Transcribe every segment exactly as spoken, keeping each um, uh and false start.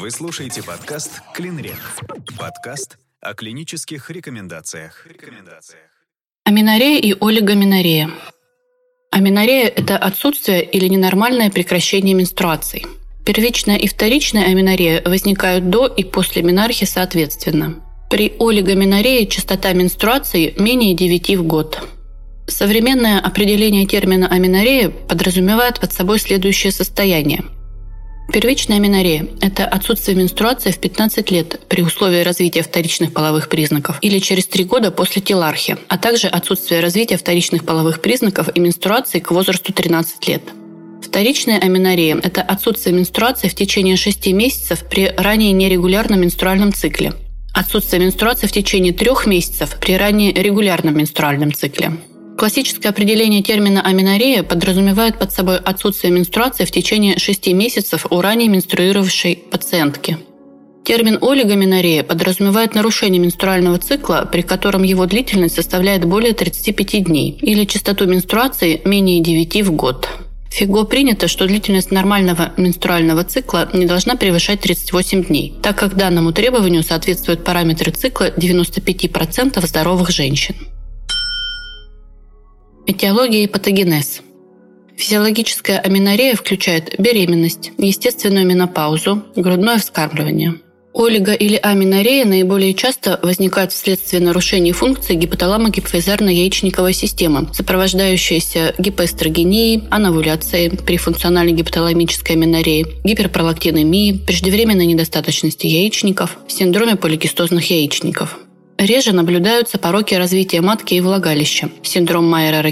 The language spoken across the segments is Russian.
Вы слушаете подкаст «Клинрек». Подкаст о клинических рекомендациях. Аменорея и олигоменорея. Аменорея – это отсутствие или ненормальное прекращение менструаций. Первичная и вторичная аменорея возникают до и после менархии соответственно. При олигоменорее частота менструаций менее девяти в год. Современное определение термина аменорея подразумевает под собой следующее состояние. Первичная аменорея – это отсутствие менструации в пятнадцать лет при условии развития вторичных половых признаков или через три года после телархии, а также отсутствие развития вторичных половых признаков и менструации к возрасту тринадцать лет. Вторичная аменорея – это отсутствие менструации в течение шести месяцев при ранее нерегулярном менструальном цикле, отсутствие менструации в течение трех месяцев при ранее регулярном менструальном цикле. Классическое определение термина аменорея подразумевает под собой отсутствие менструации в течение шести месяцев у ранее менструировавшей пациентки. Термин олигоменорея подразумевает нарушение менструального цикла, при котором его длительность составляет более тридцати пяти дней, или частоту менструации менее девяти в год. В ФИГО принято, что длительность нормального менструального цикла не должна превышать тридцать восемь дней, так как данному требованию соответствуют параметры цикла девяноста пяти процентов здоровых женщин. Этиология и патогенез. Физиологическая аменорея включает беременность, естественную менопаузу, грудное вскармливание. Олиго- или аменорея наиболее часто возникают вследствие нарушений функций гипоталамо-гипофизарно-яичниковой системы, сопровождающейся гипоэстрогенией, анавуляцией при функциональной гипоталамической аменорее, гиперпролактинемией, преждевременной недостаточности яичников, синдроме поликистозных яичников. Реже наблюдаются пороки развития матки и влагалища, синдром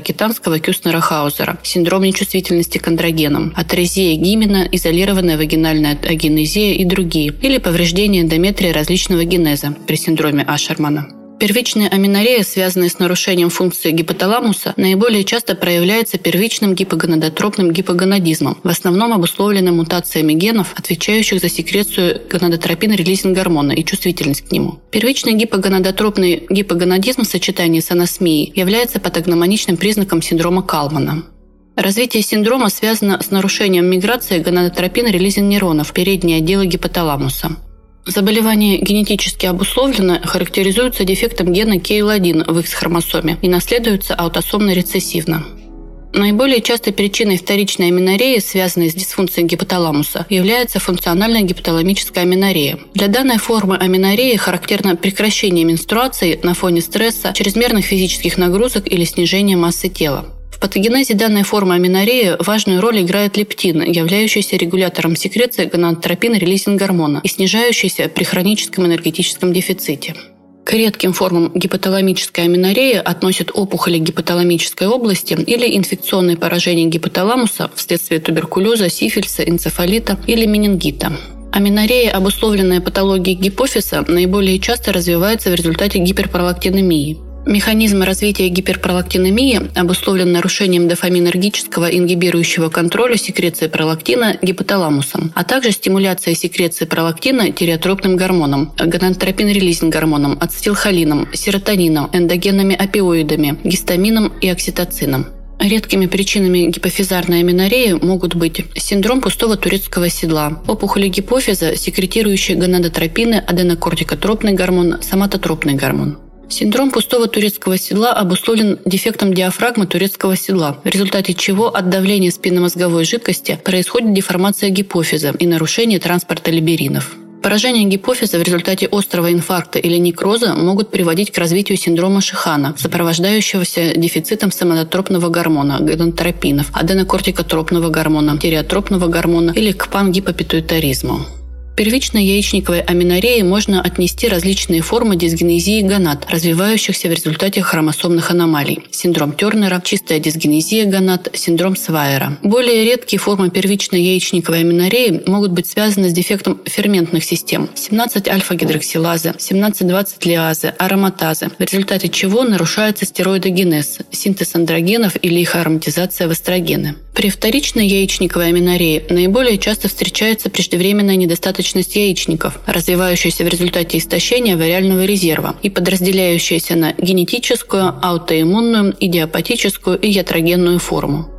Майера-Ракитанского-Кюснера-Хаузера, синдром нечувствительности к андрогенам, атерезия гимена, изолированная вагинальная агенезия и другие, или повреждение эндометрия различного генеза при синдроме Ашермана. Первичная аменорея, связанная с нарушением функции гипоталамуса, наиболее часто проявляется первичным гипогонадотропным гипогонадизмом, в основном обусловленным мутациями генов, отвечающих за секрецию гонадотропин-релизинг-гормона и чувствительность к нему. Первичный гипогонадотропный гипогонадизм в сочетании с анасмией является патогномоничным признаком синдрома Калмана. Развитие синдрома связано с нарушением миграции гонадотропин-релизинг-нейронов в передние отделы гипоталамуса. Заболевание генетически обусловлено, характеризуется дефектом гена кей эл один в X-хромосоме и наследуется аутосомно-рецессивно. Наиболее частой причиной вторичной аменореи, связанной с дисфункцией гипоталамуса, является функциональная гипоталамическая аменорея. Для данной формы аменореи характерно прекращение менструации на фоне стресса, чрезмерных физических нагрузок или снижения массы тела. В патогенезе данной формы аменореи важную роль играет лептин, являющийся регулятором секреции гонадотропин-релизинг-гормона и снижающийся при хроническом энергетическом дефиците. К редким формам гипоталамической аменореи относят опухоли гипоталамической области или инфекционные поражения гипоталамуса вследствие туберкулеза, сифилиса, энцефалита или менингита. Аменорея, обусловленная патологией гипофиза, наиболее часто развивается в результате гиперпролактинемии. Механизм развития гиперпролактинемии обусловлен нарушением дофаминергического ингибирующего контроля секреции пролактина гипоталамусом, а также стимуляцией секреции пролактина тиреотропным гормоном, гонадотропин-релизинг-гормоном, ацетилхолином, серотонином, эндогенными опиоидами, гистамином и окситоцином. Редкими причинами гипофизарной аменореи могут быть синдром пустого турецкого седла, опухоли гипофиза, секретирующие гонадотропины, аденокортикотропный гормон, соматотропный гормон. Синдром пустого турецкого седла обусловлен дефектом диафрагмы турецкого седла, в результате чего от давления спинномозговой жидкости происходит деформация гипофиза и нарушение транспорта либеринов. Поражение гипофиза в результате острого инфаркта или некроза могут приводить к развитию синдрома Шихана, сопровождающегося дефицитом соматотропного гормона, гонадотропинов, аденокортикотропного гормона, тиреотропного гормона или к пангипопитуитаризму. К первичной яичниковой аменорее можно отнести различные формы дисгенезии гонад, развивающихся в результате хромосомных аномалий. Синдром Тернера, чистая дисгенезия гонад, синдром Свайера. Более редкие формы первичной яичниковой аменореи могут быть связаны с дефектом ферментных систем семнадцать альфа-гидроксилазы, семнадцать двадцать лиазы, ароматазы, в результате чего нарушается стероидогенез, синтез андрогенов или их ароматизация в эстрогены. При вторичной яичниковой аменорее наиболее часто встречается преждевременная недостаточность яичников, развивающаяся в результате истощения вариального резерва и подразделяющаяся на генетическую, аутоиммунную, идиопатическую и ятрогенную форму.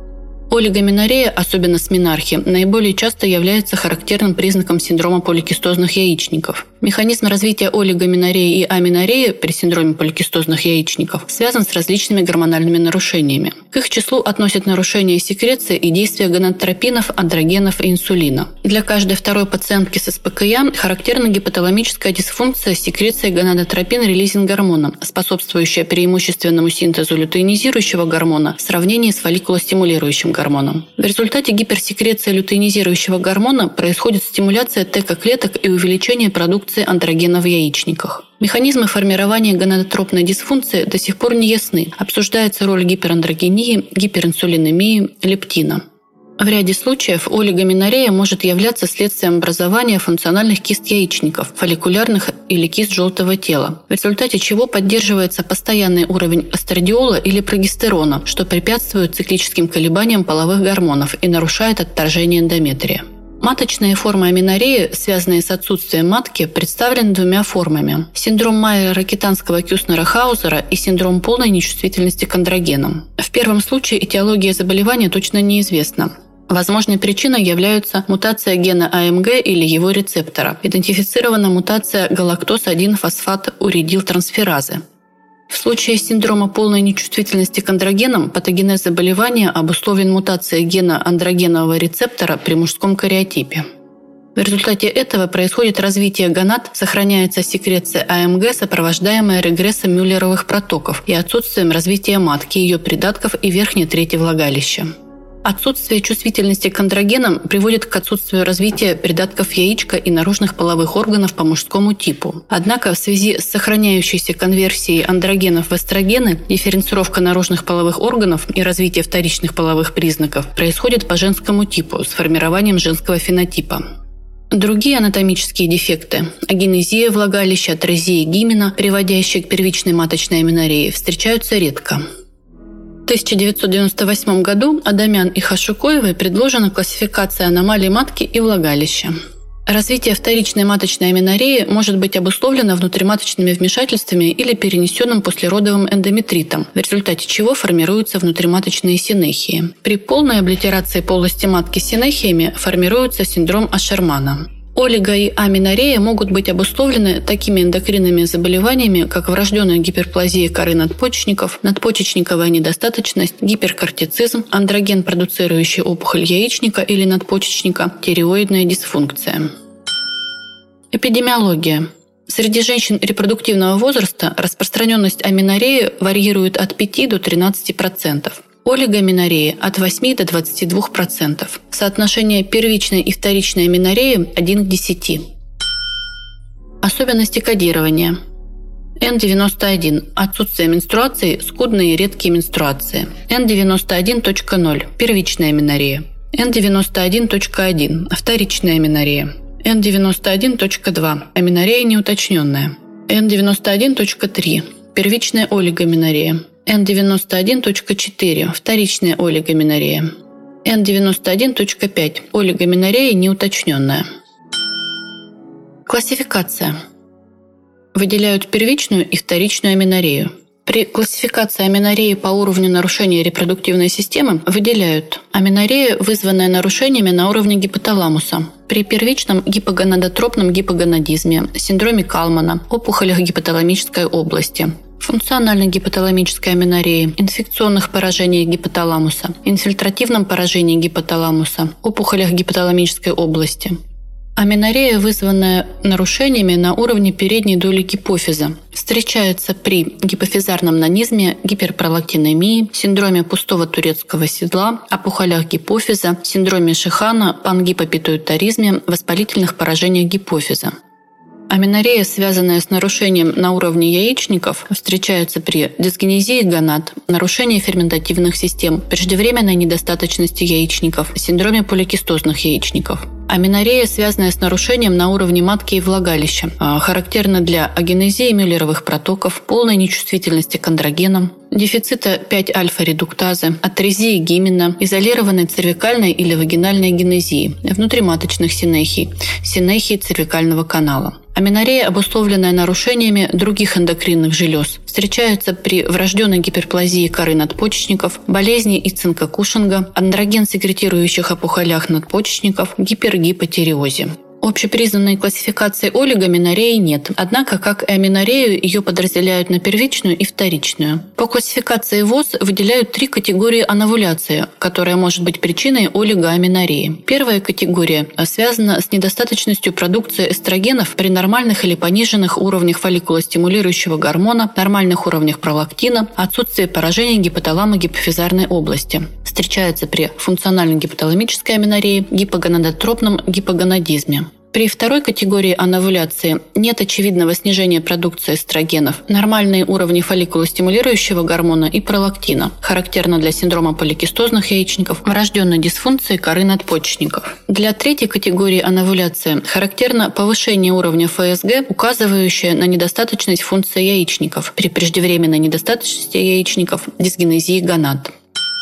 Олигоменорея, особенно с менархи, наиболее часто является характерным признаком синдрома поликистозных яичников. Механизм развития олигоменореи и аменореи при синдроме поликистозных яичников связан с различными гормональными нарушениями. К их числу относят нарушения секреции и действия гонадотропинов, андрогенов и инсулина. Для каждой второй пациентки с эс пэ ка я характерна гипоталамическая дисфункция секреции гонадотропин-релизинг-гормона, способствующая преимущественному синтезу лютеинизирующего гормона в сравнении с фолликулостимулирующим гормоном. В результате гиперсекреции лютеинизирующего гормона происходит стимуляция тэ ка клеток и увеличение продукции андрогена в яичниках. Механизмы формирования гонадотропной дисфункции до сих пор не ясны. Обсуждается роль гиперандрогении, гиперинсулинемии, лептина. В ряде случаев олигоменорея может являться следствием образования функциональных кист яичников, фолликулярных или кист желтого тела, в результате чего поддерживается постоянный уровень эстрадиола или прогестерона, что препятствует циклическим колебаниям половых гормонов и нарушает отторжение эндометрия. Маточные формы аменореи, связанные с отсутствием матки, представлены двумя формами – синдром Майера-Рокитанского-Кюснера-Хаузера и синдром полной нечувствительности к андрогенам. В первом случае этиология заболевания точно неизвестна. Возможной причиной являются мутация гена а эм гэ или его рецептора. Идентифицирована мутация галактоз один фосфат-уридилтрансферазы. В случае синдрома полной нечувствительности к андрогенам патогенез заболевания обусловлен мутацией гена андрогенового рецептора при мужском кариотипе. В результате этого происходит развитие гонад, сохраняется секреция а эм гэ, сопровождаемая регрессом мюллеровых протоков и отсутствием развития матки, ее придатков и верхней трети влагалища. Отсутствие чувствительности к андрогенам приводит к отсутствию развития придатков яичка и наружных половых органов по мужскому типу. Однако в связи с сохраняющейся конверсией андрогенов в эстрогены дифференцировка наружных половых органов и развитие вторичных половых признаков происходит по женскому типу с формированием женского фенотипа. Другие анатомические дефекты – агенезия влагалища, атрезия гимена, приводящие к первичной маточной аменорее, встречаются редко. В тысяча девятьсот девяносто восьмом году Адамян и Хашукоевой предложена классификация аномалий матки и влагалища. Развитие вторичной маточной аменореи может быть обусловлено внутриматочными вмешательствами или перенесенным послеродовым эндометритом, в результате чего формируются внутриматочные синехии. При полной облитерации полости матки синехиями формируется синдром Ашермана. Олиго- и аменорея могут быть обусловлены такими эндокринными заболеваниями, как врожденная гиперплазия коры надпочечников, надпочечниковая недостаточность, гиперкортицизм, андроген, продуцирующий опухоль яичника или надпочечника, тиреоидная дисфункция. Эпидемиология. Среди женщин репродуктивного возраста распространенность аменореи варьирует от пяти до тринадцати процентов. Олигоменореи от восьми до двадцати двух процентов. Соотношение первичной и вторичной аменореи один к десяти. Особенности кодирования. эн девяносто один – отсутствие менструации, скудные и редкие менструации. эн девяносто один точка ноль – первичная аменорея. эн девяносто один точка один – вторичная аменорея. эн девяносто один точка два – аменорея неуточненная. эн девяносто один точка три – первичная олигоменорея. эн девяносто один точка четыре – вторичная олигоменорея. эн девяносто один точка пять – олигоменорея неуточненная. Классификация. Выделяют первичную и вторичную аменорею. При классификации аменореи по уровню нарушения репродуктивной системы выделяют аменорею, вызванная нарушениями на уровне гипоталамуса, при первичном гипогонадотропном гипогонадизме, синдроме Калмана, опухолях гипоталамической области, функциональной гипоталамической аменореи, инфекционных поражениях гипоталамуса, инфильтративном поражении гипоталамуса, опухолях гипоталамической области. Аменорея, вызванная нарушениями на уровне передней доли гипофиза, встречается при гипофизарном нанизме, гиперпролактинемии, синдроме пустого турецкого седла, опухолях гипофиза, синдроме Шихана, пангипопитуитаризме, воспалительных поражениях гипофиза. Аменорея, связанная с нарушением на уровне яичников, встречается при дисгенезии гонад, нарушении ферментативных систем, преждевременной недостаточности яичников, синдроме поликистозных яичников. Аменорея, связанная с нарушением на уровне матки и влагалища, характерна для агенезии мюллеровых протоков, полной нечувствительности к андрогенам, дефицита пять-альфа-редуктазы, атрезии гимена, изолированной цервикальной или вагинальной генезии, внутриматочных синехий, синехии цервикального канала. Аменорея, обусловленная нарушениями других эндокринных желез, встречается при врожденной гиперплазии коры надпочечников, болезни Ицинка-Кушинга, андроген-секретирующих опухолях надпочечников, гипергипотиреозе. Общепризнанной классификации олигоаменореи нет, однако, как и аменорею, ее подразделяют на первичную и вторичную. По классификации ВОЗ выделяют три категории анавуляции, которая может быть причиной олигоаменореи. Первая категория связана с недостаточностью продукции эстрогенов при нормальных или пониженных уровнях фолликулостимулирующего гормона, нормальных уровнях пролактина, отсутствии поражения гипоталамо-гипофизарной области. Встречается при функциональной гипоталамической аменорее, гипогонадотропном гипогонадизме. При второй категории анавуляции нет очевидного снижения продукции эстрогенов, нормальные уровни фолликулостимулирующего гормона и пролактина, характерно для синдрома поликистозных яичников, врожденной дисфункции коры надпочечников. Для третьей категории анавуляции характерно повышение уровня эф эс гэ, указывающее на недостаточность функции яичников при преждевременной недостаточности яичников, дисгенезии гонад.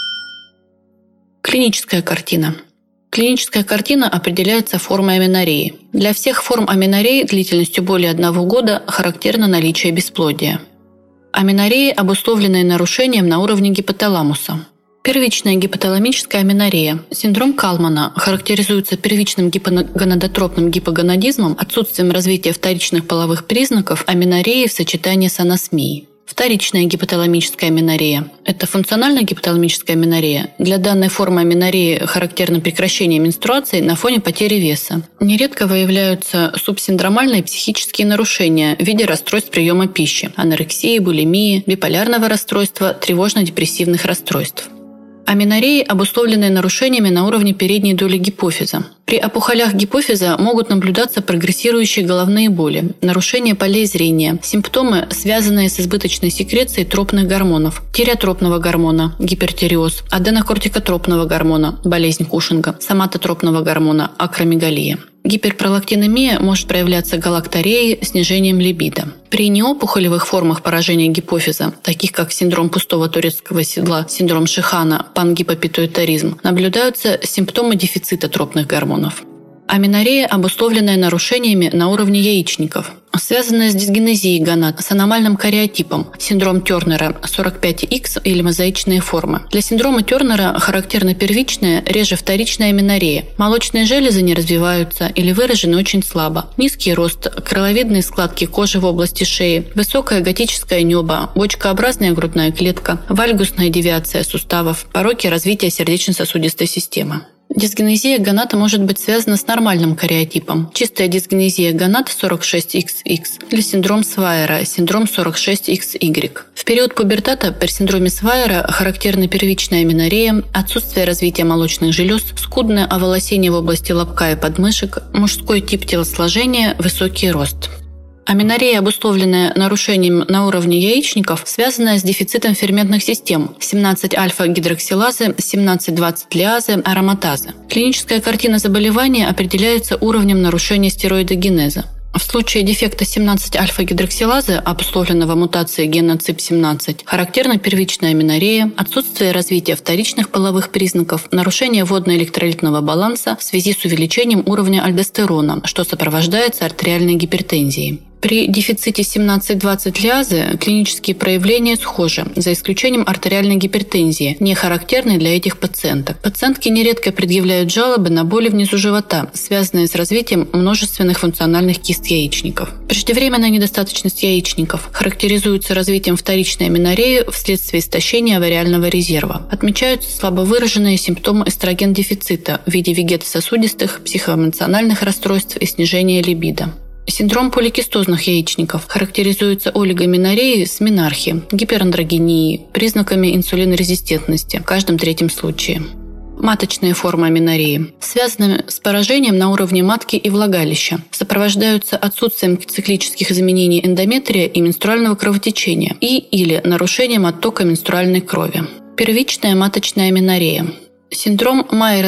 Клиническая картина. Клиническая картина определяется формой аменореи. Для всех форм аменореи длительностью более одного года характерно наличие бесплодия. Аменореи, обусловленные нарушением на уровне гипоталамуса. Первичная гипоталамическая аменорея. Синдром Калмана характеризуется первичным гипогонадотропным гипогонадизмом, отсутствием развития вторичных половых признаков аменореи в сочетании с анасмией. Вторичная гипоталамическая аменорея – это функциональная гипоталамическая аменорея. Для данной формы аменореи характерно прекращение менструации на фоне потери веса. Нередко выявляются субсиндромальные психические нарушения в виде расстройств приема пищи – анорексии, булимии, биполярного расстройства, тревожно-депрессивных расстройств. Аменореи, обусловленные нарушениями на уровне передней доли гипофиза. При опухолях гипофиза могут наблюдаться прогрессирующие головные боли, нарушение полей зрения, симптомы, связанные с избыточной секрецией тропных гормонов, тиреотропного гормона, гипертиреоз, аденокортикотропного гормона, болезнь Кушинга, соматотропного гормона, акромегалия. Гиперпролактинемия может проявляться галактореей, снижением либидо. При неопухолевых формах поражения гипофиза, таких как синдром пустого турецкого седла, синдром Шихана, пангипопитуитаризм, наблюдаются симптомы дефицита тропных гормонов. Аменорея, обусловленная нарушениями на уровне яичников, связанная с дисгенезией гонад, с аномальным кариотипом, синдром Тернера сорок пять икс или мозаичные формы. Для синдрома Тернера характерна первичная, реже вторичная аменорея. Молочные железы не развиваются или выражены очень слабо. Низкий рост, крыловидные складки кожи в области шеи, высокое готическое небо, бочкообразная грудная клетка, вальгусная девиация суставов, пороки развития сердечно-сосудистой системы. Дисгенезия гонад может быть связана с нормальным кариотипом. Чистая дисгенезия гонад сорок шесть икс икс или синдром Свайера, синдром сорок шесть икс игрек. В период пубертата при синдроме Свайера характерны первичная аменорея, отсутствие развития молочных желез, скудное оволосение в области лобка и подмышек, мужской тип телосложения, высокий рост. Аменорея, обусловленная нарушением на уровне яичников, связанная с дефицитом ферментных систем семнадцать альфа-гидроксилазы, семнадцать двадцать лиазы, ароматазы. Клиническая картина заболевания определяется уровнем нарушения стероидогенеза. В случае дефекта семнадцать альфа-гидроксилазы, обусловленного мутацией гена ци ай пи семнадцать, характерна первичная аменорея, отсутствие развития вторичных половых признаков, нарушение водно-электролитного баланса в связи с увеличением уровня альдостерона, что сопровождается артериальной гипертензией. При дефиците семнадцать двадцать лиазы клинические проявления схожи, за исключением артериальной гипертензии, не характерной для этих пациенток. Пациентки нередко предъявляют жалобы на боли внизу живота, связанные с развитием множественных функциональных кист яичников. Преждевременная недостаточность яичников характеризуется развитием вторичной аменореи вследствие истощения авариального резерва. Отмечаются слабо выраженные симптомы эстроген-дефицита в виде вегетососудистых, психоэмоциональных расстройств и снижения либидо. Синдром поликистозных яичников характеризуется олигоаменореей с менархией, гиперандрогенией, признаками инсулинорезистентности в каждом третьем случае. Маточные формы аменореи связаны с поражением на уровне матки и влагалища, сопровождаются отсутствием циклических изменений эндометрия и менструального кровотечения и или нарушением оттока менструальной крови. Первичная маточная аменорея. Синдром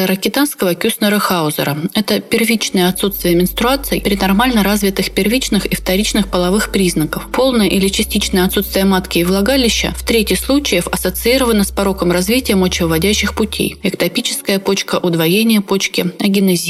Майера-Ракитанского-Кюснера-Хаузера – это первичное отсутствие менструаций при нормально развитых первичных и вторичных половых признаках. Полное или частичное отсутствие матки и влагалища в трети случаев ассоциировано с пороком развития мочевыводящих путей – эктопическая почка, удвоение почки, агенезия.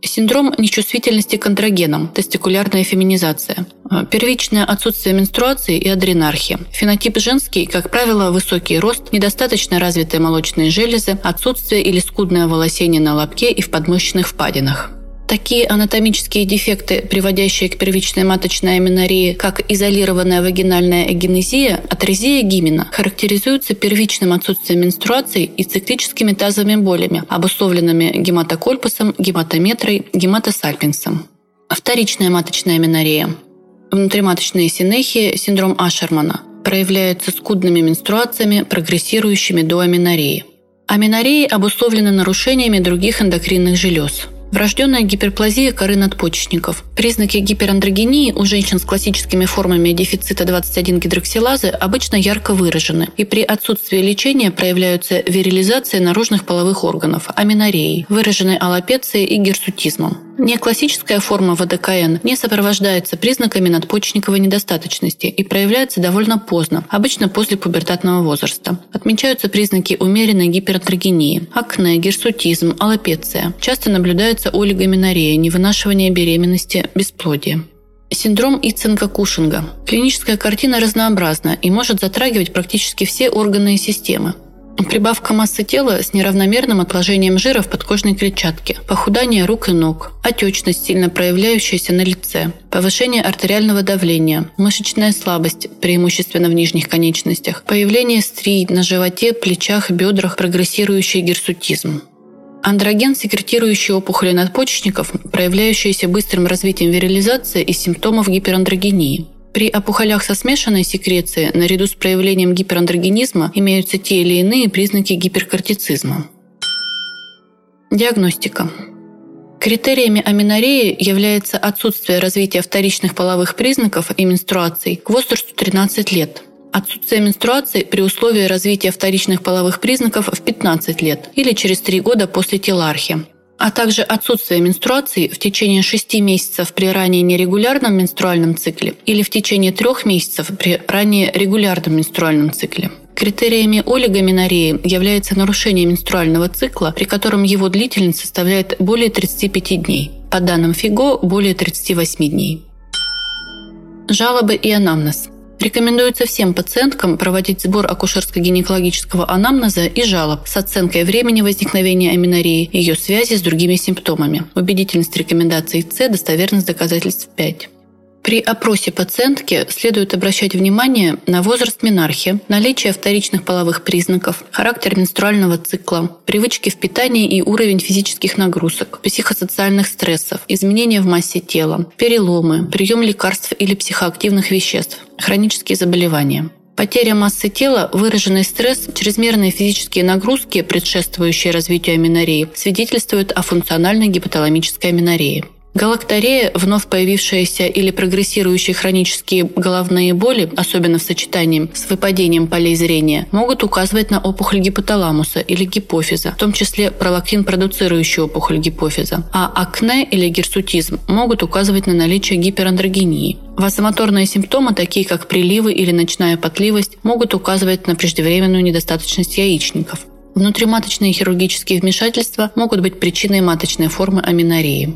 Синдром нечувствительности к андрогенам, тестикулярная феминизация. Первичное отсутствие менструации и адренархия. Фенотип женский, как правило, высокий рост, недостаточно развитые молочные железы, отсутствие или скудное волосение на лобке и в подмышечных впадинах. Такие анатомические дефекты, приводящие к первичной маточной аменоррее, как изолированная вагинальная агенезия, атрезия гимена, характеризуются первичным отсутствием менструации и циклическими тазовыми болями, обусловленными гематокольпусом, гематометрой, гематосальпинсом. Вторичная маточная аменоррея. Внутриматочные синехии, синдром Ашермана, проявляются скудными менструациями, прогрессирующими до аменорреи. Аменорреи обусловлены нарушениями других эндокринных желез. Врожденная гиперплазия коры надпочечников. Признаки гиперандрогении у женщин с классическими формами дефицита двадцать один гидроксилазы обычно ярко выражены, и при отсутствии лечения проявляются вирилизация наружных половых органов, аменорреей, выраженной аллопецией и гирсутизмом. Неклассическая форма вэ дэ ка эн не сопровождается признаками надпочечниковой недостаточности и проявляется довольно поздно, обычно после пубертатного возраста. Отмечаются признаки умеренной гиперандрогении, акне, гирсутизм, аллопеция. Часто наблюдается олигоменоррея, невынашивание беременности, бесплодие. Синдром Иценко-Кушинга. Клиническая картина разнообразна и может затрагивать практически все органы и системы. Прибавка массы тела с неравномерным отложением жира в подкожной клетчатке, похудание рук и ног, отечность, сильно проявляющаяся на лице, повышение артериального давления, мышечная слабость, преимущественно в нижних конечностях, появление стрий на животе, плечах, бедрах, прогрессирующий гирсутизм. Андроген, секретирующий опухоли надпочечников, проявляющиеся быстрым развитием вирилизации и симптомов гиперандрогении. При опухолях со смешанной секрецией, наряду с проявлением гиперандрогенизма, имеются те или иные признаки гиперкортицизма. Диагностика. Критериями аменорреи является отсутствие развития вторичных половых признаков и менструаций к возрасту тринадцать лет. Отсутствие менструации при условии развития вторичных половых признаков в пятнадцать лет или через три года после телархи, а также отсутствие менструации в течение шести месяцев при ранее нерегулярном менструальном цикле или в течение трех месяцев при ранее регулярном менструальном цикле. Критериями олигоменорреи является нарушение менструального цикла, при котором его длительность составляет более тридцати пяти дней. По данным ФИГО, более тридцати восьми дней. Жалобы и анамнез. Рекомендуется всем пациенткам проводить сбор акушерско-гинекологического анамнеза и жалоб с оценкой времени возникновения аменорреи и ее связи с другими симптомами. Убедительность рекомендаций С, достоверность доказательств пять. При опросе пациентки следует обращать внимание на возраст менархи, наличие вторичных половых признаков, характер менструального цикла, привычки в питании и уровень физических нагрузок, психосоциальных стрессов, изменения в массе тела, переломы, прием лекарств или психоактивных веществ, хронические заболевания. Потеря массы тела, выраженный стресс, чрезмерные физические нагрузки, предшествующие развитию аменорреи, свидетельствуют о функциональной гипоталамической аменоррее. Галакторея, вновь появившиеся или прогрессирующие хронические головные боли, особенно в сочетании с выпадением полей зрения, могут указывать на опухоль гипоталамуса или гипофиза, в том числе пролактин-продуцирующую опухоль гипофиза, а акне или гирсутизм могут указывать на наличие гиперандрогении. Вазомоторные симптомы, такие как приливы или ночная потливость, могут указывать на преждевременную недостаточность яичников. Внутриматочные хирургические вмешательства могут быть причиной маточной формы аменорреи.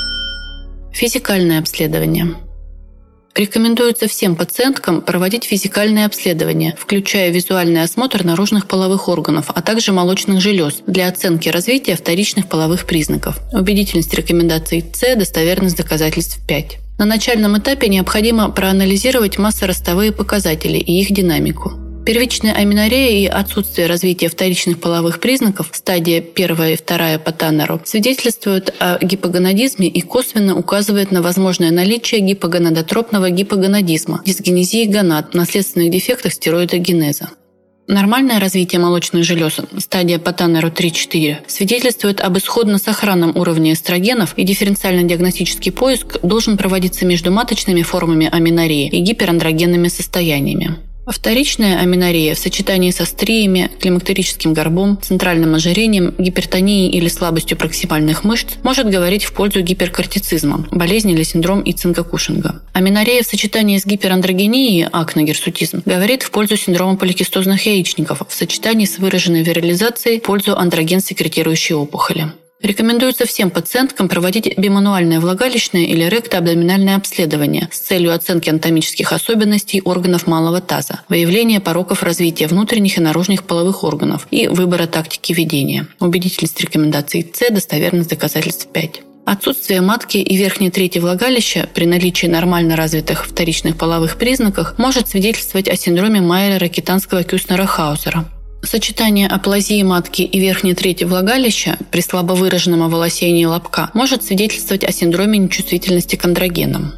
Физикальное обследование. Рекомендуется всем пациенткам проводить физикальные обследования, включая визуальный осмотр наружных половых органов, а также молочных желез для оценки развития вторичных половых признаков. Убедительность рекомендаций С, достоверность доказательств пять. На начальном этапе необходимо проанализировать массоростовые показатели и их динамику. Первичная аменоррея и отсутствие развития вторичных половых признаков, стадия первая и вторая по Таннеру, свидетельствуют о гипогонадизме и косвенно указывают на возможное наличие гипогонадотропного гипогонадизма, дисгенезии гонад, наследственных дефектах стероидогенеза. Нормальное развитие молочных желез, стадия по Таннеру три-четыре, свидетельствует об исходно сохранном уровне эстрогенов, и дифференциально-диагностический поиск должен проводиться между маточными формами аменорреи и гиперандрогенными состояниями. Вторичная аменоррея в сочетании со стриями, климактерическим горбом, центральным ожирением, гипертонией или слабостью проксимальных мышц может говорить в пользу гиперкортицизма, болезни или синдром Иценко-Кушинга. Аменоррея в сочетании с гиперандрогенией, акне, гирсутизм, говорит в пользу синдрома поликистозных яичников в сочетании с выраженной вирилизацией в пользу андроген-секретирующей опухоли. Рекомендуется всем пациенткам проводить бимануальное влагалищное или ректоабдоминальное обследование с целью оценки анатомических особенностей органов малого таза, выявления пороков развития внутренних и наружных половых органов и выбора тактики ведения. Убедительность рекомендаций С, достоверность доказательств пять. Отсутствие матки и верхней трети влагалища при наличии нормально развитых вторичных половых признаков может свидетельствовать о синдроме Майера-Рокитанского-Кюснера-Хаузера. Сочетание аплазии матки и верхней трети влагалища при слабо выраженном оволосении лобка может свидетельствовать о синдроме нечувствительности к андрогенам.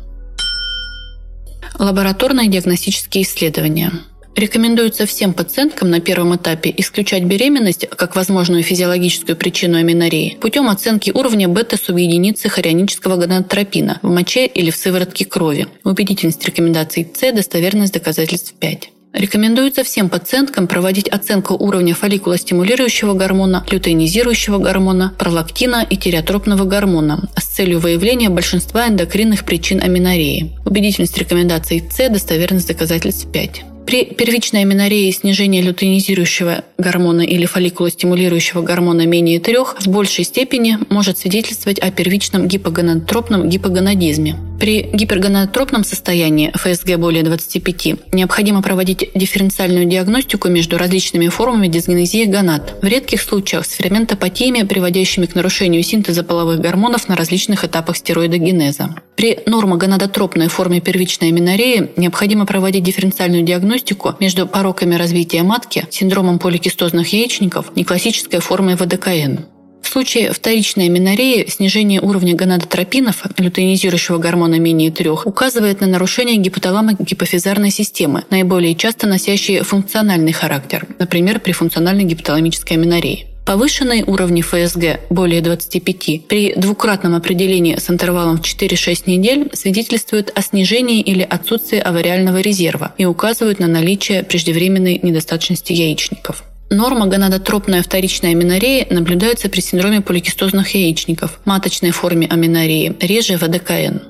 Лабораторные диагностические исследования. Рекомендуется всем пациенткам на первом этапе исключать беременность как возможную физиологическую причину аменореи путем оценки уровня бета-субъединицы хорионического гонадотропина в моче или в сыворотке крови. Убедительность рекомендаций С, достоверность доказательств пять. Рекомендуется всем пациенткам проводить оценку уровня фолликулостимулирующего гормона, лютеинизирующего гормона, пролактина и тиреотропного гормона с целью выявления большинства эндокринных причин аменореи. Убедительность рекомендаций С, достоверность доказательств пять. При первичной аменорее снижение лютеинизирующего гормона или фолликулостимулирующего гормона менее трех в большей степени может свидетельствовать о первичном гипогонадотропном гипогонадизме. При гипергонадотропном состоянии эф эс гэ более двадцати пяти необходимо проводить дифференциальную диагностику между различными формами дисгенезии гонад. В редких случаях с ферментопатиями, приводящими к нарушению синтеза половых гормонов на различных этапах стероидогенеза. При нормогонадотропной форме первичной аменореи необходимо проводить дифференциальную диагностику между пороками развития матки, синдромом поликистозных яичников, неклассической формой вэ дэ ка эн. В случае вторичной аменореи снижение уровня гонадотропинов, лютеинизирующего гормона менее трех, указывает на нарушение гипоталамо-гипофизарной системы, наиболее часто носящие функциональный характер, например, при функциональной гипоталамической аменорее. Повышенные уровни эф эс гэ более двадцати пяти при двукратном определении с интервалом в четыре-шесть недель свидетельствуют о снижении или отсутствии авариального резерва и указывают на наличие преждевременной недостаточности яичников. Норма гонадотропная вторичная аменорея наблюдается при синдроме поликистозных яичников, маточной форме аменореи, реже вэ дэ ка эн.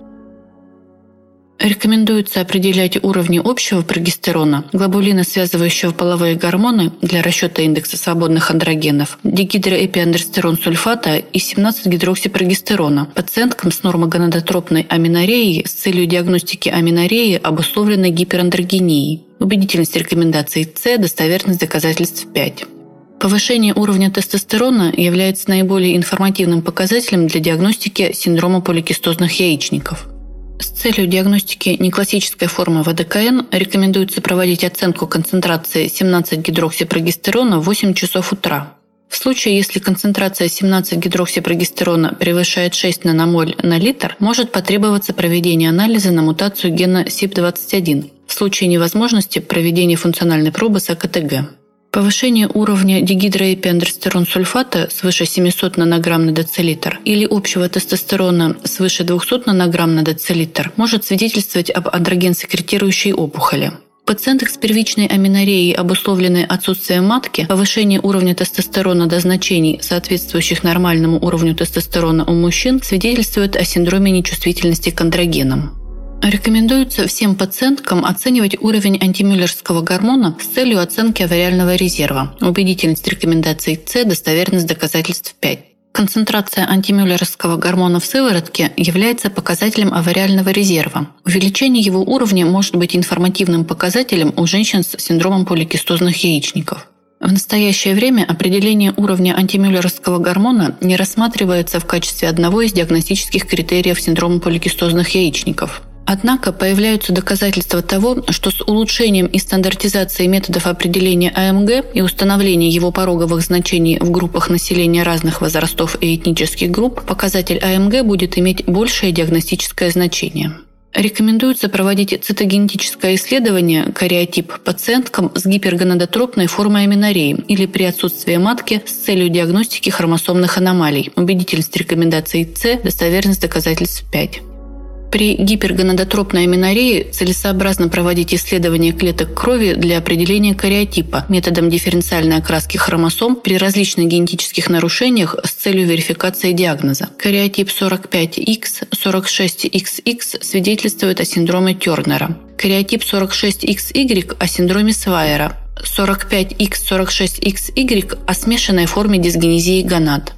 Рекомендуется определять уровни общего прогестерона, глобулина, связывающего половые гормоны для расчета индекса свободных андрогенов, дигидроэпиандростерон сульфата и семнадцать-гидроксипрогестерона пациенткам с нормогонадотропной аменореей с целью диагностики аменореи, обусловленной гиперандрогенией. Убедительность рекомендаций С, достоверность доказательств пять. Повышение уровня тестостерона является наиболее информативным показателем для диагностики синдрома поликистозных яичников. С целью диагностики неклассической формы вэ дэ ка эн рекомендуется проводить оценку концентрации семнадцать-гидроксипрогестерона в восемь часов утра. В случае, если концентрация семнадцать-гидроксипрогестерона превышает шесть наномоль на литр, может потребоваться проведение анализа на мутацию гена си ай пи двадцать один. В случае невозможности проведение функциональной пробы с а ка тэ гэ. Повышение уровня дигидроэпиандростерон сульфата свыше семисот нанограмм на децилитр или общего тестостерона свыше двухсот нанограмм на децилитр может свидетельствовать об андрогенсекретирующей опухоли. В пациентах с первичной аменореей, обусловленной отсутствием матки, повышение уровня тестостерона до значений, соответствующих нормальному уровню тестостерона у мужчин, свидетельствует о синдроме нечувствительности к андрогенам. Рекомендуется всем пациенткам оценивать уровень антимюллерского гормона с целью оценки авариального резерва. Убедительность рекомендаций С, достоверность доказательств пять. Концентрация антимюллеровского гормона в сыворотке является показателем авариального резерва. Увеличение его уровня может быть информативным показателем у женщин с синдромом поликистозных яичников. В настоящее время определение уровня антимюллеровского гормона не рассматривается в качестве одного из диагностических критериев синдрома поликистозных яичников. Однако появляются доказательства того, что с улучшением и стандартизацией методов определения а эм гэ и установления его пороговых значений в группах населения разных возрастов и этнических групп, показатель а эм гэ будет иметь большее диагностическое значение. Рекомендуется проводить цитогенетическое исследование кариотип пациенткам с гипергонадотропной формой аменореи или при отсутствии матки с целью диагностики хромосомных аномалий. Убедительность рекомендаций С, достоверность доказательств пять. При гипергонадотропной аменорее целесообразно проводить исследования клеток крови для определения кариотипа методом дифференциальной окраски хромосом при различных генетических нарушениях с целью верификации диагноза. Кариотип сорок пять икс сорок шесть икс икс свидетельствует о синдроме Тернера. Кариотип сорок шесть икс игрек о синдроме Свайера. сорок пять икс сорок шесть икс игрек о смешанной форме дисгенезии гонад.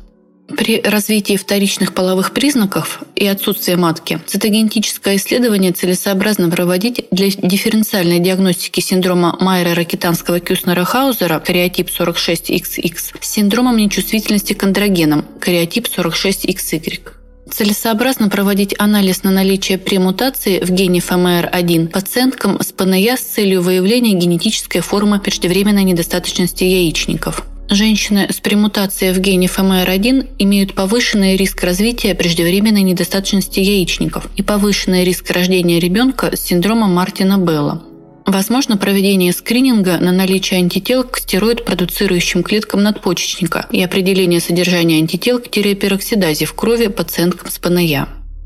При развитии вторичных половых признаков и отсутствии матки цитогенетическое исследование целесообразно проводить для дифференциальной диагностики синдрома Майера-Рокитанского-Кюснера-Хаузера кариотип сорок шесть икс икс с синдромом нечувствительности к андрогенам кариотип сорок шесть икс игрек. Целесообразно проводить анализ на наличие премутации в гене эф эм эр один пациенткам с пэ эн я с целью выявления генетической формы преждевременной недостаточности яичников. Женщины с премутацией в гене эф эм эр один имеют повышенный риск развития преждевременной недостаточности яичников и повышенный риск рождения ребенка с синдромом Мартина-Белла. Возможно проведение скрининга на наличие антител к стероид-продуцирующим клеткам надпочечника и определение содержания антител к тиреопероксидазе в крови пациенткам с пэ эн я.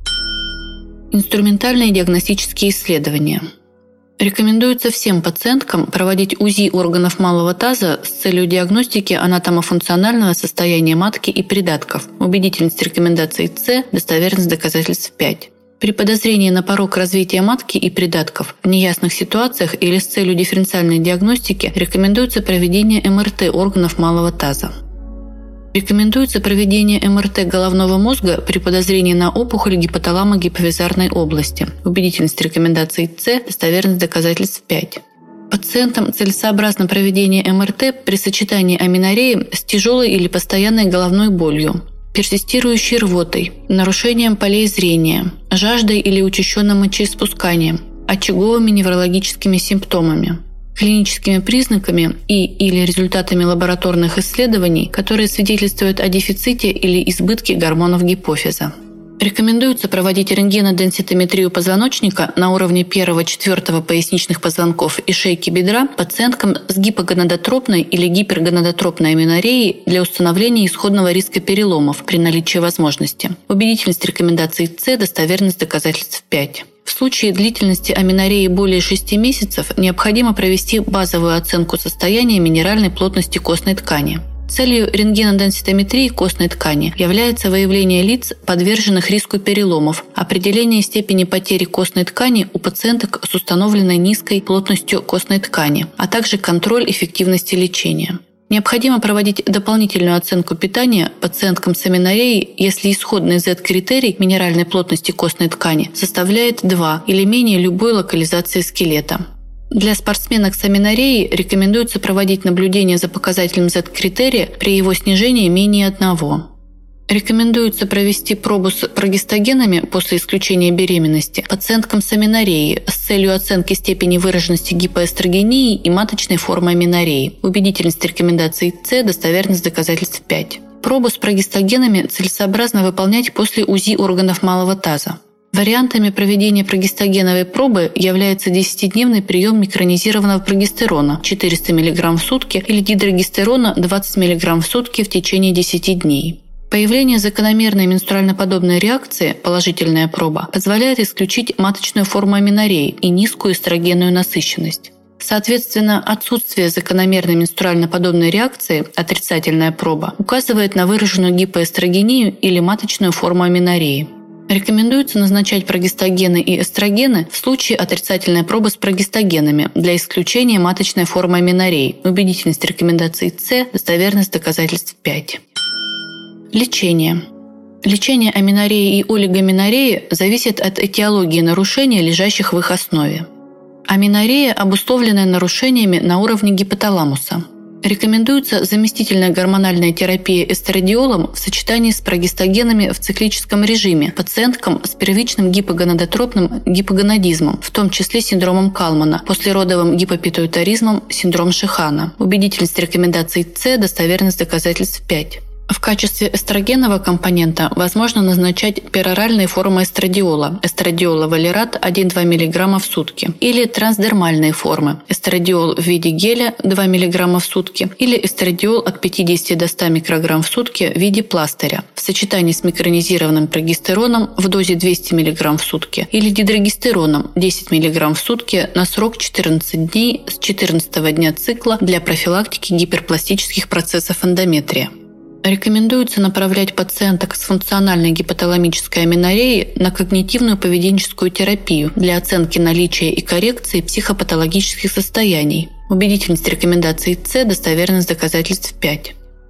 Инструментальные диагностические исследования. Рекомендуется всем пациенткам проводить УЗИ органов малого таза с целью диагностики анатомофункционального состояния матки и придатков. Убедительность рекомендаций С, достоверность доказательств пять. При подозрении на порок развития матки и придатков в неясных ситуациях или с целью дифференциальной диагностики рекомендуется проведение эм эр тэ органов малого таза. Рекомендуется проведение эм эр тэ головного мозга при подозрении на опухоль гипоталамо-гипофизарной области. Убедительность рекомендаций С, достоверность доказательств пять. Пациентам целесообразно проведение эм эр тэ при сочетании аменореи с тяжелой или постоянной головной болью, персистирующей рвотой, нарушением полей зрения, жаждой или учащенным мочеиспусканием, очаговыми неврологическими симптомами, клиническими признаками и или результатами лабораторных исследований, которые свидетельствуют о дефиците или избытке гормонов гипофиза. Рекомендуется проводить рентгеноденситометрию позвоночника на уровне первого-четвертого поясничных позвонков и шейки бедра пациенткам с гипогонадотропной или гипергонадотропной аменореей для установления исходного риска переломов при наличии возможности. Убедительность рекомендаций С, достоверность доказательств пять. В случае длительности аменореи более шести месяцев необходимо провести базовую оценку состояния минеральной плотности костной ткани. Целью рентгеноденситометрии костной ткани является выявление лиц, подверженных риску переломов, определение степени потери костной ткани у пациенток с установленной низкой плотностью костной ткани, а также контроль эффективности лечения. Необходимо проводить дополнительную оценку питания пациенткам с аменореей, если исходный зет-критерий минеральной плотности костной ткани составляет два или менее любой локализации скелета. Для спортсменок с аменореей рекомендуется проводить наблюдение за показателем зет-критерия при его снижении менее одного. Рекомендуется провести пробу с прогестогенами после исключения беременности пациенткам с аменореей с целью оценки степени выраженности гипоэстрогении и маточной формы аменореи. Убедительность рекомендаций С, достоверность доказательств пять. Пробу с прогестогенами целесообразно выполнять после УЗИ органов малого таза. Вариантами проведения прогестогеновой пробы является десятидневный прием микронизированного прогестерона четыреста миллиграмм в сутки или дидрогестерона двадцать миллиграмм в сутки в течение десяти дней. Появление закономерной менструально-подобной реакции, положительная проба, позволяет исключить маточную форму аменореи и низкую эстрогенную насыщенность. Соответственно, отсутствие закономерной менструально-подобной реакции, отрицательная проба, указывает на выраженную гипоэстрогению или маточную форму аменореи. Рекомендуется назначать прогестогены и эстрогены в случае отрицательной пробы с прогестогенами для исключения маточной формы аменореи. Убедительность рекомендаций С, достоверность доказательств пять. Лечение. Лечение аменореи и олигоменореи зависит от этиологии нарушений, лежащих в их основе. Аменорея обусловлена нарушениями на уровне гипоталамуса. Рекомендуется заместительная гормональная терапия эстрадиолом в сочетании с прогестогенами в циклическом режиме пациенткам с первичным гипогонадотропным гипогонадизмом, в том числе синдромом Калмана, послеродовым гипопитуитаризмом, синдром Шихана. Убедительность рекомендаций С, достоверность доказательств пять. В качестве эстрогенного компонента возможно назначать пероральные формы эстрадиола, эстрадиол валерат один-два миллиграмма в сутки, или трансдермальные формы, эстрадиол в виде геля два миллиграмма в сутки, или эстрадиол от пятидесяти до ста микрограмм в сутки в виде пластыря, в сочетании с микронизированным прогестероном в дозе двести миллиграмм в сутки, или дидрогестероном десять миллиграмм в сутки на срок четырнадцать дней с четырнадцатого дня цикла для профилактики гиперпластических процессов эндометрия. Рекомендуется направлять пациенток с функциональной гипоталамической аменореей на когнитивную поведенческую терапию для оценки наличия и коррекции психопатологических состояний. Убедительность рекомендаций С, достоверность доказательств пять.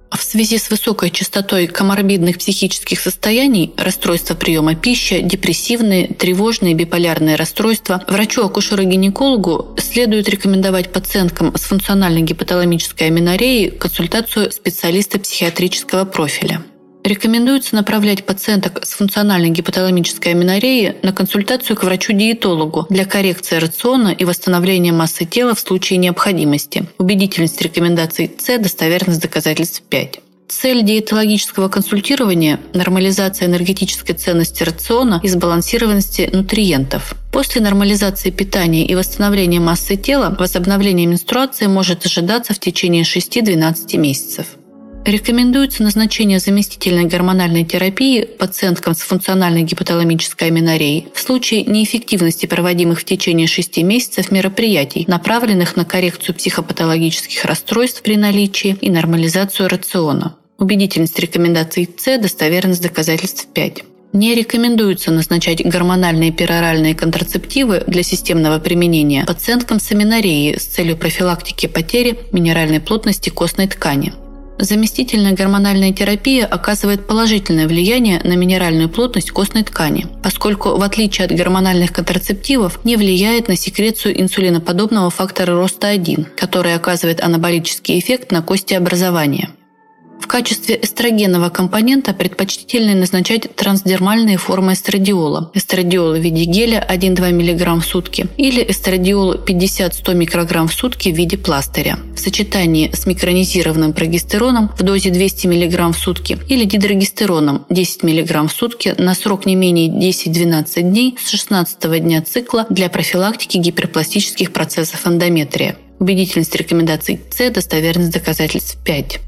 В связи с высокой частотой коморбидных психических состояний, расстройства приема пищи, депрессивные, тревожные, биполярные расстройства, врачу-акушеру-гинекологу следует рекомендовать пациенткам с функциональной гипоталамической аменореей консультацию специалиста психиатрического профиля. Рекомендуется направлять пациенток с функциональной гипоталамической аменореей на консультацию к врачу-диетологу для коррекции рациона и восстановления массы тела в случае необходимости. Убедительность рекомендаций С, достоверность доказательств пять. Цель диетологического консультирования – нормализация энергетической ценности рациона и сбалансированности нутриентов. После нормализации питания и восстановления массы тела возобновление менструации может ожидаться в течение шести-двенадцати месяцев. Рекомендуется назначение заместительной гормональной терапии пациенткам с функциональной гипоталамической аменореей в случае неэффективности проводимых в течение шести месяцев мероприятий, направленных на коррекцию психопатологических расстройств при наличии и нормализацию рациона. Убедительность рекомендаций С, достоверность доказательств пять. Не рекомендуется назначать гормональные пероральные контрацептивы для системного применения пациенткам с аменореей с целью профилактики потери минеральной плотности костной ткани. Заместительная гормональная терапия оказывает положительное влияние на минеральную плотность костной ткани, поскольку, в отличие от гормональных контрацептивов, не влияет на секрецию инсулиноподобного фактора роста один, который оказывает анаболический эффект на костеобразование. В качестве эстрогенного компонента предпочтительно назначать трансдермальные формы эстрадиола. Эстрадиол в виде геля один-два миллиграмма в сутки или эстрадиол пятьдесят-сто микрограмм в сутки в виде пластыря. В сочетании с микронизированным прогестероном в дозе двести миллиграмм в сутки или дидрогестероном десять миллиграмм в сутки на срок не менее десять-двенадцать дней с шестнадцатого дня цикла для профилактики гиперпластических процессов эндометрия. Убедительность рекомендаций С, достоверность доказательств пять.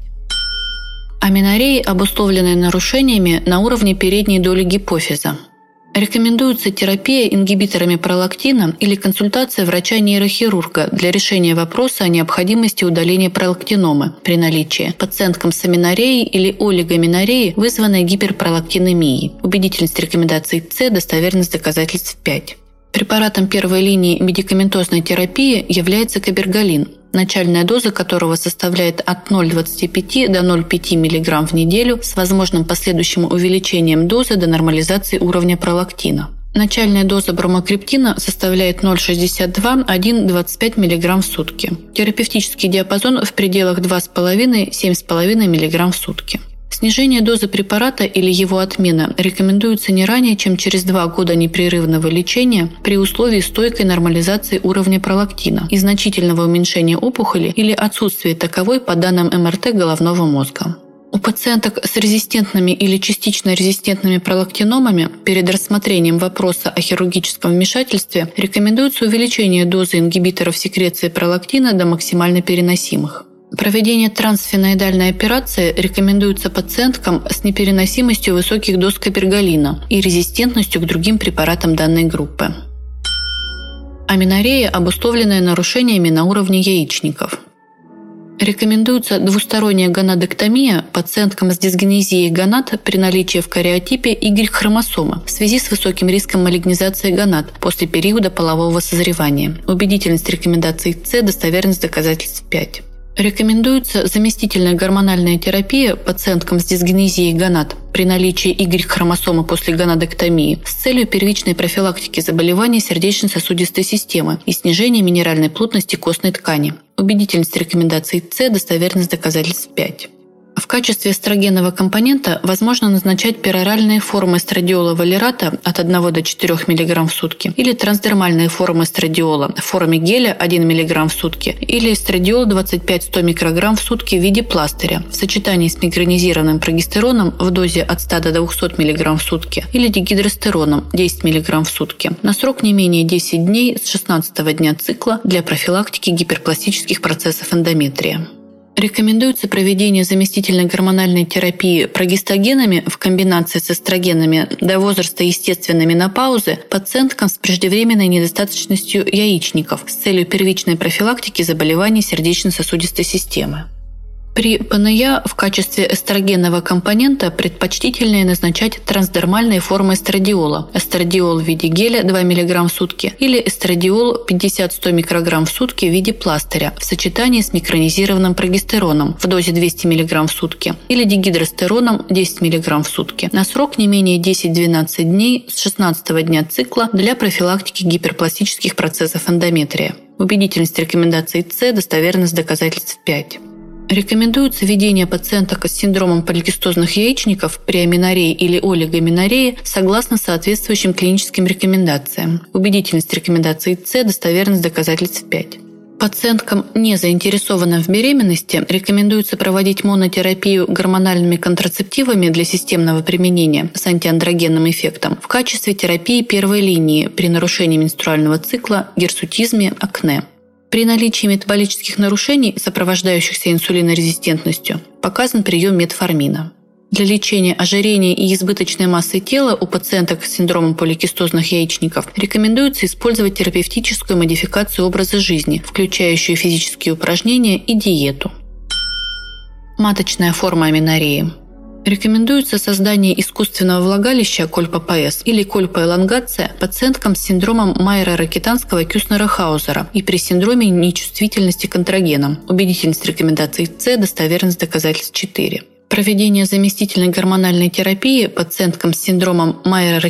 Аменореи, обусловленные нарушениями на уровне передней доли гипофиза. Рекомендуется терапия ингибиторами пролактина или консультация врача-нейрохирурга для решения вопроса о необходимости удаления пролактиномы при наличии пациенткам с аменореей или олигоменореей, вызванной гиперпролактинемией. Убедительность рекомендаций С, достоверность доказательств пять. Препаратом первой линии медикаментозной терапии является кабергалин, начальная доза которого составляет от ноль целых двадцати пяти до ноль целых пяти миллиграмм в неделю с возможным последующим увеличением дозы до нормализации уровня пролактина. Начальная доза бромокриптина составляет ноль целых шестьдесят два - один целых двадцать пять миллиграмм в сутки. Терапевтический диапазон в пределах два целых пять - семь целых пять миллиграмм в сутки. Снижение дозы препарата или его отмена рекомендуется не ранее, чем через два года непрерывного лечения при условии стойкой нормализации уровня пролактина и значительного уменьшения опухоли или отсутствия таковой по данным эм эр тэ головного мозга. У пациенток с резистентными или частично резистентными пролактиномами перед рассмотрением вопроса о хирургическом вмешательстве рекомендуется увеличение дозы ингибиторов секреции пролактина до максимально переносимых. Проведение трансфеноидальной операции рекомендуется пациенткам с непереносимостью высоких доз кабергалина и резистентностью к другим препаратам данной группы. Аменорея, обусловленная нарушениями на уровне яичников. Рекомендуется двусторонняя гонадэктомия пациенткам с дисгенезией гонад при наличии в кариотипе Y-хромосомы в связи с высоким риском малигнизации гонад после периода полового созревания. Убедительность рекомендаций С, достоверность доказательств пять. Рекомендуется заместительная гормональная терапия пациенткам с дисгенезией гонад при наличии Y-хромосомы после гонадэктомии с целью первичной профилактики заболеваний сердечно-сосудистой системы и снижения минеральной плотности костной ткани. Убедительность рекомендаций С, достоверность доказательств пять. В качестве эстрогенного компонента возможно назначать пероральные формы эстрадиола валерата от одного до четырёх миллиграмм в сутки или трансдермальные формы эстрадиола в форме геля один миллиграмм в сутки или эстрадиол двадцать пять - сто микрограмм в сутки в виде пластыря в сочетании с микронизированным прогестероном в дозе от ста до двухсот миллиграмм в сутки или дигидростероном десять миллиграмм в сутки на срок не менее десяти дней с шестнадцатого дня цикла для профилактики гиперпластических процессов эндометрия. Рекомендуется проведение заместительной гормональной терапии прогестогенами в комбинации с эстрогенами до возраста естественной менопаузы пациенткам с преждевременной недостаточностью яичников с целью первичной профилактики заболеваний сердечно-сосудистой системы. При ПНЯ в качестве эстрогенного компонента предпочтительнее назначать трансдермальные формы эстрадиола. Эстрадиол в виде геля два миллиграмма в сутки или эстрадиол пятьдесят-сто микрограмм в сутки в виде пластыря в сочетании с микронизированным прогестероном в дозе двести миллиграмм в сутки или дигидростероном десять миллиграмм в сутки на срок не менее десять-двенадцать дней с шестнадцатого дня цикла для профилактики гиперпластических процессов эндометрия. Убедительность рекомендаций С, достоверность доказательств пять. Рекомендуется введение пациенток с синдромом поликистозных яичников при аменорее или олигоменорее согласно соответствующим клиническим рекомендациям. Убедительность рекомендаций С, достоверность доказательств пять. Пациенткам, не заинтересованным в беременности, рекомендуется проводить монотерапию гормональными контрацептивами для системного применения с антиандрогенным эффектом в качестве терапии первой линии при нарушении менструального цикла, гирсутизме, акне. При наличии метаболических нарушений, сопровождающихся инсулинорезистентностью, показан прием метформина. Для лечения ожирения и избыточной массы тела у пациенток с синдромом поликистозных яичников рекомендуется использовать терапевтическую модификацию образа жизни, включающую физические упражнения и диету. Маточная форма аменореи. Рекомендуется создание искусственного влагалища кольпо-ПС или кольпоэлонгация пациенткам с синдромом Майера-Ракитанского-Кюснера-Хаузера и при синдроме нечувствительности к андрогенам. Убедительность рекомендаций С, достоверность доказательств четыре. Проведение заместительной гормональной терапии пациенткам с синдромом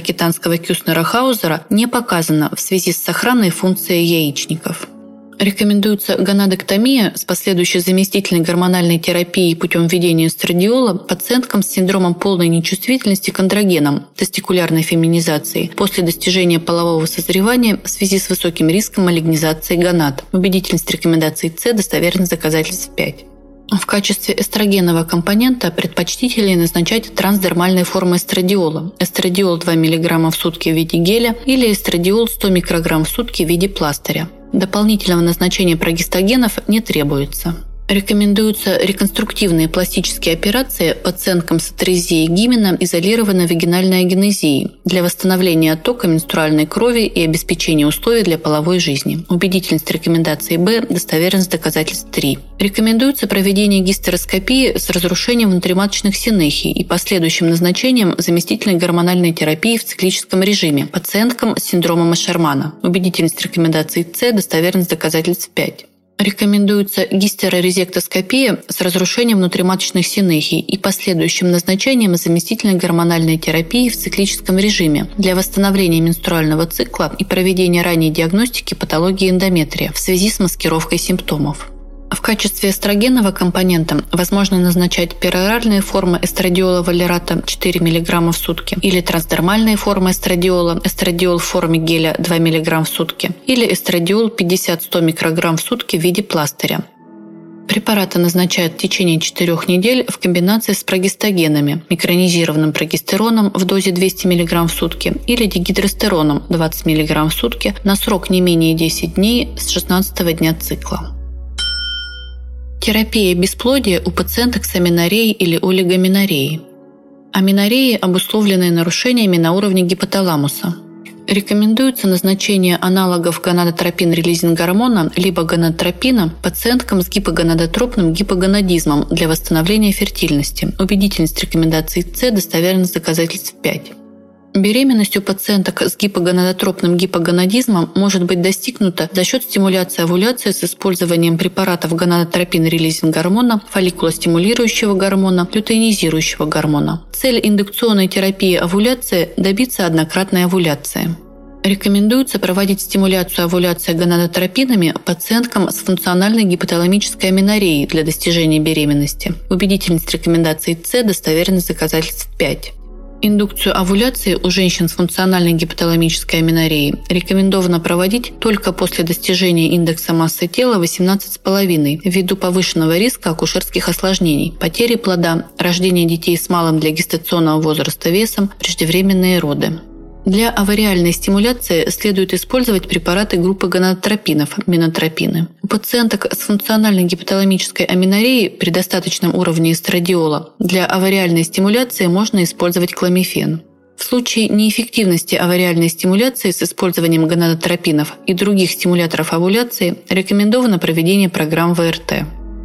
Майера-Ракитанского-Кюснера-Хаузера не показано в связи с сохранной функцией яичников. Рекомендуется гонадоктомия с последующей заместительной гормональной терапией путем введения эстрадиола пациенткам с синдромом полной нечувствительности к андрогенам, тестикулярной феминизации после достижения полового созревания в связи с высоким риском малигнизации гонад. Убедительность рекомендаций С, достоверность доказательств пять. В качестве эстрогенного компонента предпочтительнее назначать трансдермальные формы эстрадиола. Эстрадиол два миллиграмма в сутки в виде геля или эстрадиол сто микрограмм в сутки в виде пластыря. Дополнительного назначения прогестогенов не требуется. Рекомендуются реконструктивные пластические операции пациенткам с атрезией гимена изолированной вагинальной агенезией для восстановления оттока менструальной крови и обеспечения условий для половой жизни. Убедительность рекомендаций Б, достоверность доказательств три. Рекомендуется проведение гистероскопии с разрушением внутриматочных синехий и последующим назначением заместительной гормональной терапии в циклическом режиме пациенткам с синдромом Ашермана. Убедительность рекомендаций С, достоверность доказательств пять. Рекомендуется гистерорезектоскопия с разрушением внутриматочных синехий и последующим назначением заместительной гормональной терапии в циклическом режиме для восстановления менструального цикла и проведения ранней диагностики патологии эндометрия в связи с маскировкой симптомов. В качестве эстрогенного компонента возможно назначать пероральные формы эстрадиола валерата четыре миллиграмма в сутки или трансдермальные формы эстрадиола, эстрадиол в форме геля два миллиграмма в сутки или эстрадиол пятьдесят-сто микрограмм в сутки в виде пластыря. Препараты назначают в течение четырёх недель в комбинации с прогестогенами, микронизированным прогестероном в дозе двести миллиграмм в сутки или дигидростероном двадцать миллиграмм в сутки на срок не менее десять дней с шестнадцатого дня цикла. Терапия бесплодия у пациенток с аменореей или олигоменореей. Аменореи обусловлены нарушениями на уровне гипоталамуса. Рекомендуется назначение аналогов гонадотропин-релизинг гормона либо гонадотропина пациенткам с гипогонадотропным гипогонадизмом для восстановления фертильности. Убедительность рекомендаций С, достоверность доказательств пять. Беременность у пациенток с гипогонадотропным гипогонадизмом может быть достигнута за счет стимуляции овуляции с использованием препаратов гонадотропин-релизинг гормона, фолликулостимулирующего гормона, лютеинизирующего гормона. Цель индукционной терапии овуляции – добиться однократной овуляции. Рекомендуется проводить стимуляцию овуляции гонадотропинами пациенткам с функциональной гипоталамической аменореей для достижения беременности. Убедительность рекомендаций С, достоверность доказательств пять. Индукцию овуляции у женщин с функциональной гипоталамической аменореей рекомендовано проводить только после достижения индекса массы тела восемнадцать целых пять десятых ввиду повышенного риска акушерских осложнений, потери плода, рождения детей с малым для гестационного возраста весом, преждевременные роды. Для авариальной стимуляции следует использовать препараты группы гонадотропинов, минотропины. У пациенток с функциональной гипоталамической аменореей при достаточном уровне эстрадиола для авариальной стимуляции можно использовать кламифен. В случае неэффективности авариальной стимуляции с использованием гонадотропинов и других стимуляторов овуляции рекомендовано проведение программ вэ эр тэ.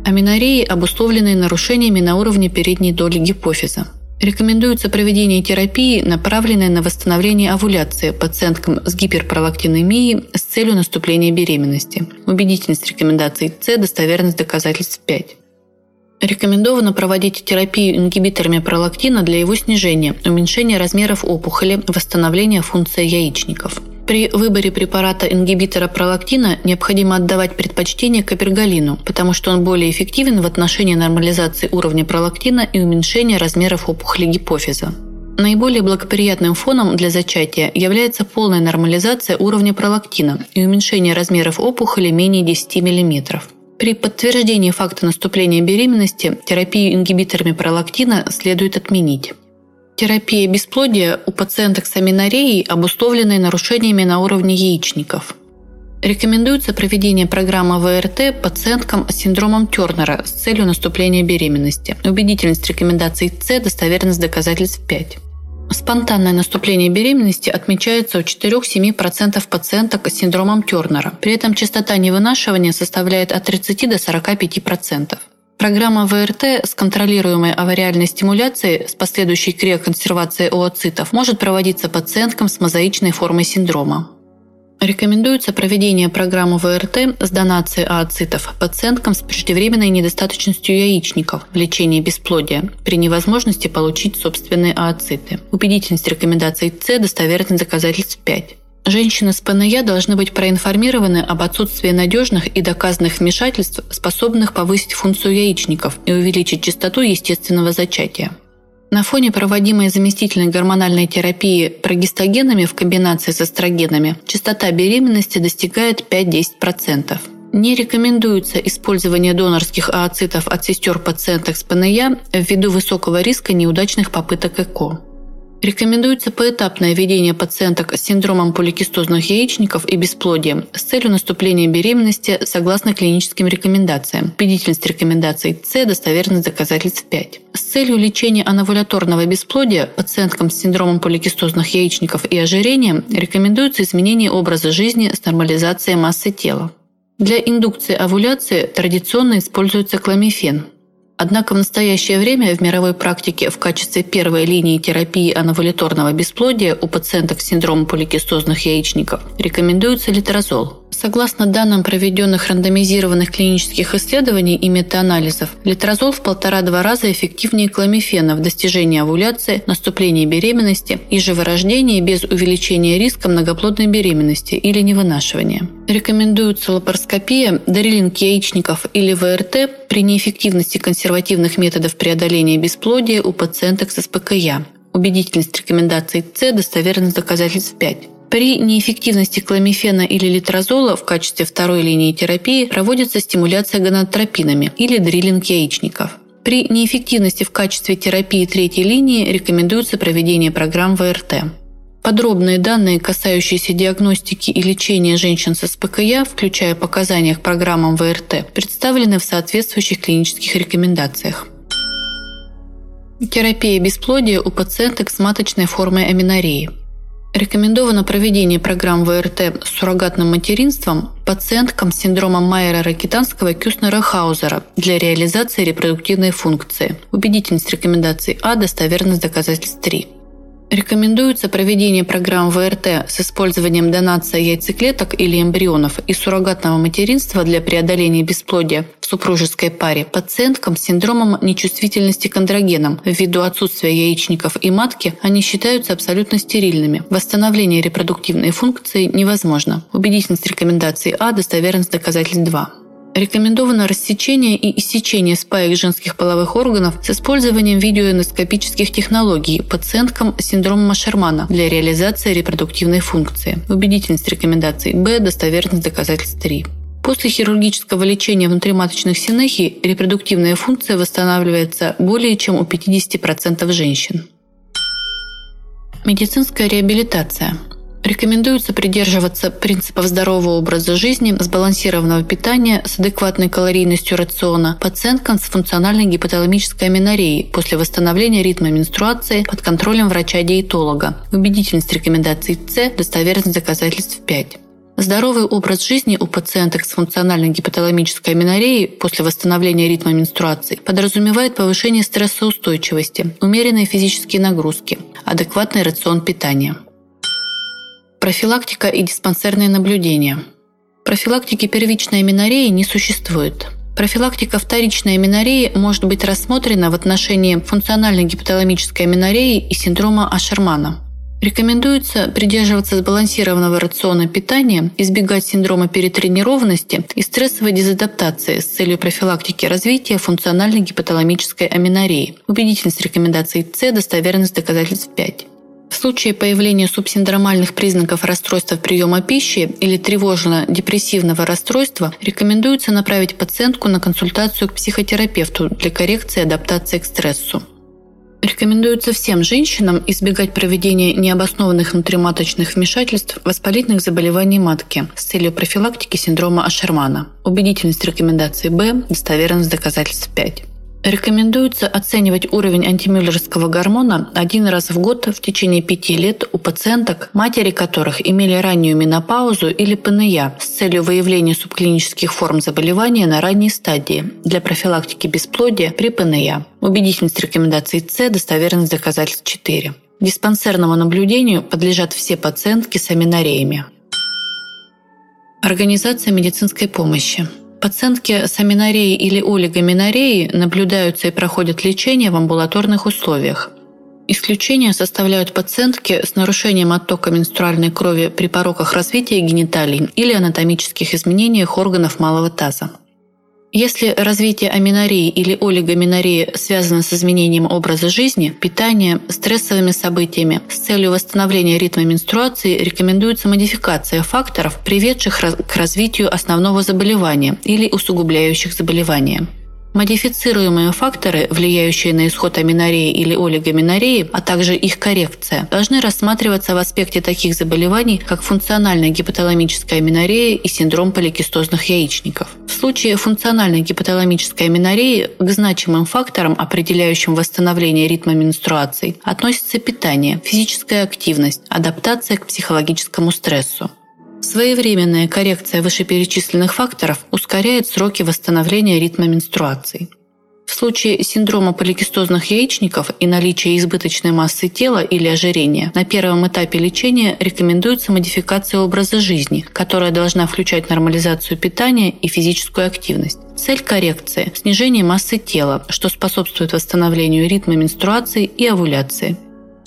Аменореи, обусловленные нарушениями на уровне передней доли гипофиза. Рекомендуется проведение терапии, направленной на восстановление овуляции пациенткам с гиперпролактинемией с целью наступления беременности. Убедительность рекомендаций С, достоверность доказательств пять. Рекомендовано проводить терапию ингибиторами пролактина для его снижения, уменьшения размеров опухоли, восстановления функции яичников. При выборе препарата ингибитора пролактина необходимо отдавать предпочтение каперголину, потому что он более эффективен в отношении нормализации уровня пролактина и уменьшения размеров опухоли гипофиза. Наиболее благоприятным фоном для зачатия является полная нормализация уровня пролактина и уменьшение размеров опухоли менее десяти миллиметров. При подтверждении факта наступления беременности терапию ингибиторами пролактина следует отменить. Терапия бесплодия у пациенток с аменореей, обусловленной нарушениями на уровне яичников. Рекомендуется проведение программы вэ эр тэ пациенткам с синдромом Тернера с целью наступления беременности. Убедительность рекомендаций С, достоверность доказательств пять. Спонтанное наступление беременности отмечается у четыре-семь процентов пациенток с синдромом Тернера. При этом частота невынашивания составляет от тридцати до сорока пяти процентов. Программа вэ эр тэ с контролируемой авариальной стимуляцией с последующей криоконсервацией ooцитов может проводиться пациенткам с мозаичной формой синдрома. Рекомендуется проведение программы вэ эр тэ с донацией ooцитов пациенткам с преждевременной недостаточностью яичников в лечении бесплодия при невозможности получить собственные ooциты. Убедительность рекомендаций С, достоверность доказательств пять. Женщины с пэ эн я должны быть проинформированы об отсутствии надежных и доказанных вмешательств, способных повысить функцию яичников и увеличить частоту естественного зачатия. На фоне проводимой заместительной гормональной терапии прогестогенами в комбинации с эстрогенами частота беременности достигает пять-десять процентов. Не рекомендуется использование донорских ooцитов от сестер пациенток с пэ эн я ввиду высокого риска неудачных попыток ЭКО. Рекомендуется поэтапное введение пациенток с синдромом поликистозных яичников и бесплодием с целью наступления беременности согласно клиническим рекомендациям. Убедительность рекомендаций С, достоверность доказательств пять. С целью лечения ановуляторного бесплодия пациенткам с синдромом поликистозных яичников и ожирением рекомендуется изменение образа жизни с нормализацией массы тела. Для индукции овуляции традиционно используется кламифен. Однако в настоящее время в мировой практике в качестве первой линии терапии ановуляторного бесплодия у пациенток с синдромом поликистозных яичников рекомендуется летрозол. Согласно данным проведенных рандомизированных клинических исследований и метаанализов, летрозол в полтора-два раза эффективнее кламифена в достижении овуляции, наступлении беременности и живорождении без увеличения риска многоплодной беременности или невынашивания. Рекомендуется лапароскопия, дорелинг яичников или вэ эр тэ при неэффективности консервативных методов преодоления бесплодия у пациенток с эс пэ ка я. Убедительность рекомендаций С, достоверность доказательств пять. При неэффективности кламифена или летрозола в качестве второй линии терапии проводится стимуляция гонадотропинами или дриллинг яичников. При неэффективности в качестве терапии третьей линии рекомендуется проведение программ вэ эр тэ. Подробные данные, касающиеся диагностики и лечения женщин с эс пэ ка я, включая показания к программам вэ эр тэ, представлены в соответствующих клинических рекомендациях. Терапия бесплодия у пациенток с маточной формой аменореи. Рекомендовано проведение программ вэ эр тэ с суррогатным материнством пациенткам с синдромом Майера-Рокитанского-Кюснера-Хаузера для реализации репродуктивной функции. Убедительность рекомендаций А, достоверность доказательств три. Рекомендуется проведение программ вэ эр тэ с использованием донации яйцеклеток или эмбрионов и суррогатного материнства для преодоления бесплодия в супружеской паре пациенткам с синдромом нечувствительности к андрогенам. Ввиду отсутствия яичников и матки они считаются абсолютно стерильными. Восстановление репродуктивной функции невозможно. Убедительность рекомендаций А, достоверность доказательств два. Рекомендовано рассечение и иссечение спаек женских половых органов с использованием видеоэндоскопических технологий пациенткам с синдромом Ашермана для реализации репродуктивной функции. Убедительность рекомендаций Б, достоверность доказательств три. После хирургического лечения внутриматочных синехий репродуктивная функция восстанавливается более чем у пятидесяти процентов женщин. Медицинская реабилитация. Рекомендуется придерживаться принципов здорового образа жизни, сбалансированного питания с адекватной калорийностью рациона пациенткам с функциональной гипоталамической аменореей после восстановления ритма менструации под контролем врача-диетолога. Убедительность рекомендаций С, достоверность доказательств пять. Здоровый образ жизни у пациенток с функциональной гипоталамической аменореей после восстановления ритма менструации подразумевает повышение стрессоустойчивости, умеренные физические нагрузки, адекватный рацион питания. Профилактика и диспансерные наблюдения. Профилактики первичной аменореи не существует. Профилактика вторичной аменореи может быть рассмотрена в отношении функциональной гипоталамической аменореи и синдрома Ашермана. Рекомендуется придерживаться сбалансированного рациона питания, избегать синдрома перетренированности и стрессовой дезадаптации с целью профилактики развития функциональной гипоталамической аменореи. Убедительность рекомендаций С, достоверность доказательств пять. В случае появления субсиндромальных признаков расстройства приема пищи или тревожно-депрессивного расстройства рекомендуется направить пациентку на консультацию к психотерапевту для коррекции и адаптации к стрессу. Рекомендуется всем женщинам избегать проведения необоснованных внутриматочных вмешательств воспалительных заболеваний матки с целью профилактики синдрома Ашермана. Убедительность рекомендации Б, достоверность доказательств пять. Рекомендуется оценивать уровень антимюллеровского гормона один раз в год в течение пяти лет у пациенток, матери которых имели раннюю менопаузу или ПНЯ с целью выявления субклинических форм заболевания на ранней стадии для профилактики бесплодия при ПНЯ. Убедительность рекомендаций С, достоверность доказательств четыре. Диспансерному наблюдению подлежат все пациентки с аменореями. Организация медицинской помощи. Пациентки с аменореей или олигоменореей наблюдаются и проходят лечение в амбулаторных условиях. Исключения составляют пациентки с нарушением оттока менструальной крови при пороках развития гениталий или анатомических изменениях органов малого таза. Если развитие аменореи или олигоменореи связано с изменением образа жизни, питания, стрессовыми событиями, с целью восстановления ритма менструации рекомендуется модификация факторов, приведших к развитию основного заболевания или усугубляющих заболевания. Модифицируемые факторы, влияющие на исход аменореи или олигоменореи, а также их коррекция, должны рассматриваться в аспекте таких заболеваний, как функциональная гипоталамическая аменорея и синдром поликистозных яичников. В случае функциональной гипоталамической аменореи к значимым факторам, определяющим восстановление ритма менструаций, относятся питание, физическая активность, адаптация к психологическому стрессу. Своевременная коррекция вышеперечисленных факторов ускоряет сроки восстановления ритма менструаций. В случае синдрома поликистозных яичников и наличия избыточной массы тела или ожирения на первом этапе лечения рекомендуется модификация образа жизни, которая должна включать нормализацию питания и физическую активность. Цель коррекции – снижение массы тела, что способствует восстановлению ритма менструации и овуляции.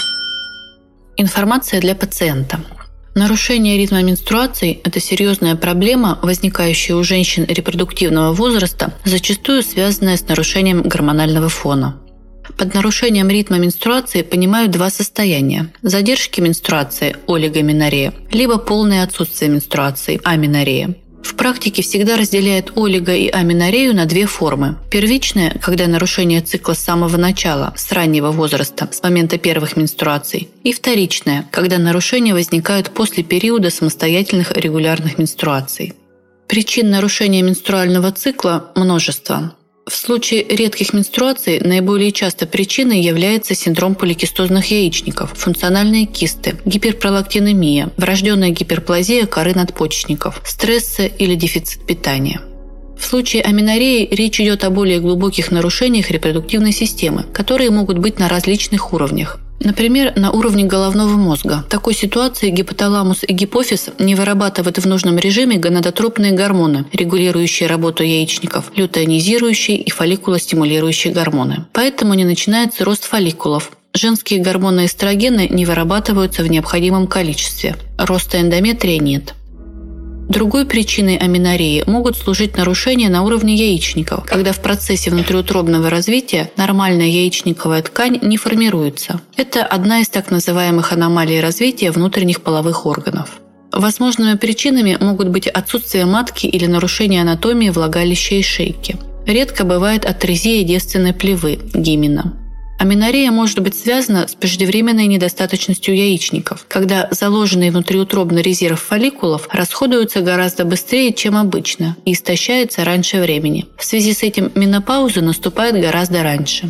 Информация для пациента. Нарушение ритма менструаций – это серьезная проблема, возникающая у женщин репродуктивного возраста, зачастую связанная с нарушением гормонального фона. Под нарушением ритма менструации понимают два состояния – задержки менструации – олигоменорея, либо полное отсутствие менструации – аменорея. В практике всегда разделяют олиго- и аменорею на две формы. Первичная, когда нарушение цикла с самого начала, с раннего возраста, с момента первых менструаций. И вторичная, когда нарушения возникают после периода самостоятельных регулярных менструаций. Причин нарушения менструального цикла множество. В случае редких менструаций наиболее часто причиной является синдром поликистозных яичников, функциональные кисты, гиперпролактинемия, врожденная гиперплазия коры надпочечников, стрессы или дефицит питания. В случае аменореи речь идет о более глубоких нарушениях репродуктивной системы, которые могут быть на различных уровнях. Например, на уровне головного мозга. В такой ситуации гипоталамус и гипофиз не вырабатывают в нужном режиме гонадотропные гормоны, регулирующие работу яичников, лютеонизирующие и фолликулостимулирующие гормоны. Поэтому не начинается рост фолликулов. Женские гормоны эстрогены не вырабатываются в необходимом количестве. Роста эндометрия нет. Другой причиной аменореи могут служить нарушения на уровне яичников, когда в процессе внутриутробного развития нормальная яичниковая ткань не формируется. Это одна из так называемых аномалий развития внутренних половых органов. Возможными причинами могут быть отсутствие матки или нарушение анатомии влагалища и шейки. Редко бывает атрезия девственной плевы, гимена. Аменорея может быть связана с преждевременной недостаточностью яичников, когда заложенный внутриутробный резерв фолликулов расходуется гораздо быстрее, чем обычно, и истощается раньше времени. В связи с этим менопауза наступает гораздо раньше.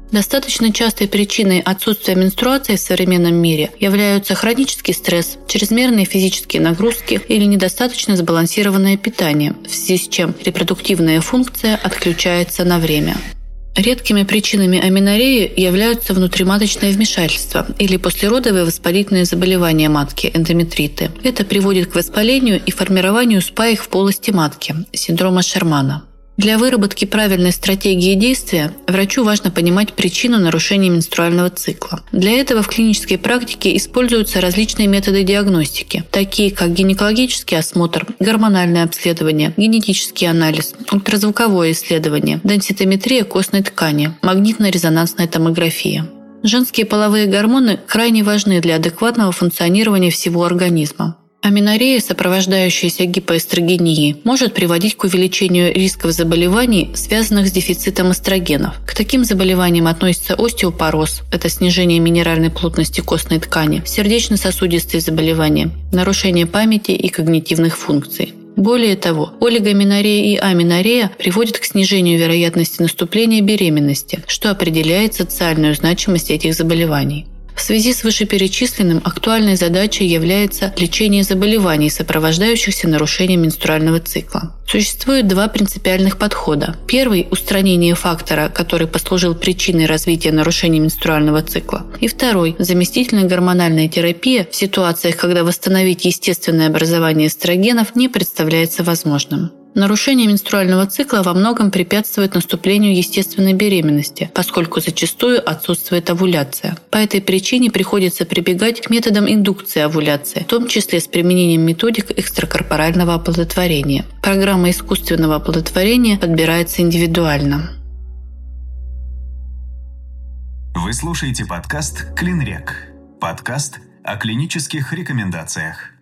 Достаточно частой причиной отсутствия менструации в современном мире являются хронический стресс, чрезмерные физические нагрузки или недостаточно сбалансированное питание, в связи с чем репродуктивная функция отключается на время. Редкими причинами аменореи являются внутриматочное вмешательство или послеродовые воспалительные заболевания матки, эндометриты. Это приводит к воспалению и формированию спаек в полости матки, синдрома Шермана. Для выработки правильной стратегии действия врачу важно понимать причину нарушения менструального цикла. Для этого в клинической практике используются различные методы диагностики, такие как гинекологический осмотр, гормональное обследование, генетический анализ, ультразвуковое исследование, денситометрия костной ткани, магнитно-резонансная томография. Женские половые гормоны крайне важны для адекватного функционирования всего организма. Аменорея, сопровождающаяся гипоэстрогенией, может приводить к увеличению рисков заболеваний, связанных с дефицитом эстрогенов. К таким заболеваниям относятся остеопороз – это снижение минеральной плотности костной ткани, сердечно-сосудистые заболевания, нарушение памяти и когнитивных функций. Более того, олигоменорея и аменорея приводят к снижению вероятности наступления беременности, что определяет социальную значимость этих заболеваний. В связи с вышеперечисленным актуальной задачей является лечение заболеваний, сопровождающихся нарушением менструального цикла. Существует два принципиальных подхода. Первый – устранение фактора, который послужил причиной развития нарушения менструального цикла. И второй – заместительная гормональная терапия в ситуациях, когда восстановить естественное образование эстрогенов не представляется возможным. Нарушение менструального цикла во многом препятствует наступлению естественной беременности, поскольку зачастую отсутствует овуляция. По этой причине приходится прибегать к методам индукции овуляции, в том числе с применением методик экстракорпорального оплодотворения. Программа искусственного оплодотворения подбирается индивидуально. Вы слушаете подкаст «Клинрек». Подкаст о клинических рекомендациях.